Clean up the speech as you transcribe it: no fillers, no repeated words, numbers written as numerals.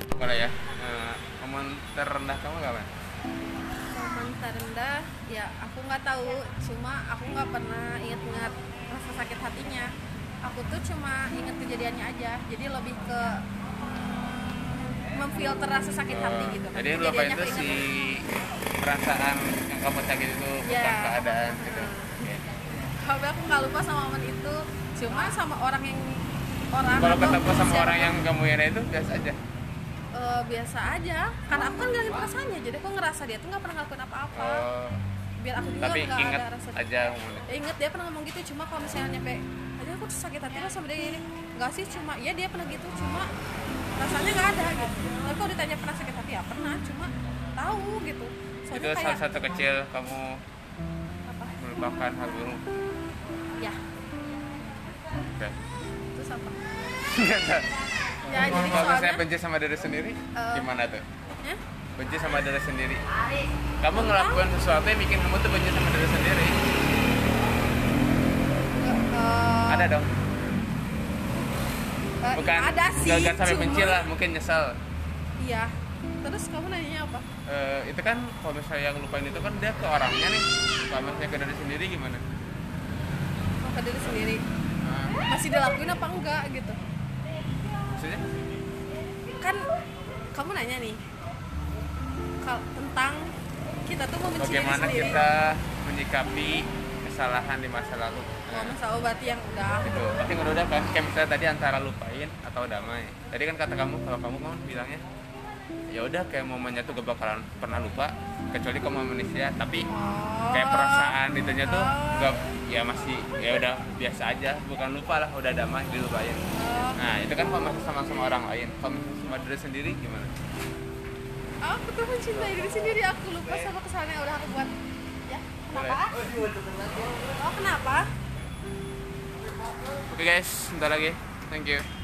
Boleh ya. Momen terendah kamu kapan? Momen terendah ya aku nggak tahu, cuma aku nggak pernah inget-inget rasa sakit hatinya. Aku tuh cuma inget kejadiannya aja, jadi lebih ke memfilter rasa sakit hati gitu. Jadi yang lupa itu aku si inget. perasaan yang kamu sakit itu bukan Ya. keadaan gitu. Oke. Tapi aku nggak lupa sama momen itu, cuma sama orang Kalau atau ketemu sama siapa orang pun, yang kamu ira itu biasa aja. biasa aja, karena aku kan ngelakuin perasaannya, jadi aku ngerasa dia tuh nggak pernah ngelakuin apa-apa. Oh, Biar aku juga tapi nggak ingat ada rasa. aja momennya. Ya, inget dia pernah ngomong gitu, cuma kalau misalnya nyampe aja aku tuh sakit hati lah sama dia ini, nggak sih, cuma ya dia pernah gitu, cuma rasanya nggak ada gitu. Tapi kalau ditanya pernah sakit hati ya pernah, cuma tahu gitu. Soalnya Itu kayak salah satu kecil kamu apa melupakan hal buruk. ya Oke. itu apa Nggak tahu. ya jadi Kalau misalnya soalnya benci sama diri sendiri, gimana tuh? ya, Benci sama diri sendiri. Kamu ngelakuin sesuatu yang bikin kamu tuh benci sama diri sendiri. Ada dong. Bukan ada sih, gak sampai cuma benci lah, mungkin nyesel. iya. Terus kamu nanyanya apa? Itu kan kalau misalnya yang lupain itu kan dia ke orangnya nih. Kalau misalnya ke diri sendiri gimana? Oh, ke diri sendiri Nah, masih dilakuin apa enggak gitu maksudnya? kan. Kamu nanya nih tentang kita tuh mau mencintai diri Bagaimana sendiri. kita menyikapi kesalahan di masa lalu? Oh, masa obat yang udah Itu pasti udah kan, kayak misalnya tadi antara lupain atau damai. Tadi kan kata kamu, kalau kamu kan bilangnya ya udah kayak momennya tuh gak bakalan pernah lupa kecuali kamu manusia, tapi kayak perasaan itunya tuh gak, ya masih ya udah biasa aja, bukan lupa lah, udah damai, dilupain. Nah itu kan kalau masih sama orang lain, kalau misalnya sama diri sendiri gimana? aku tuh mencintai diri sendiri, aku lupa sama kesalahan yang udah aku buat. Ya kenapa? Oh kenapa? Oke guys, bentar lagi, thank you.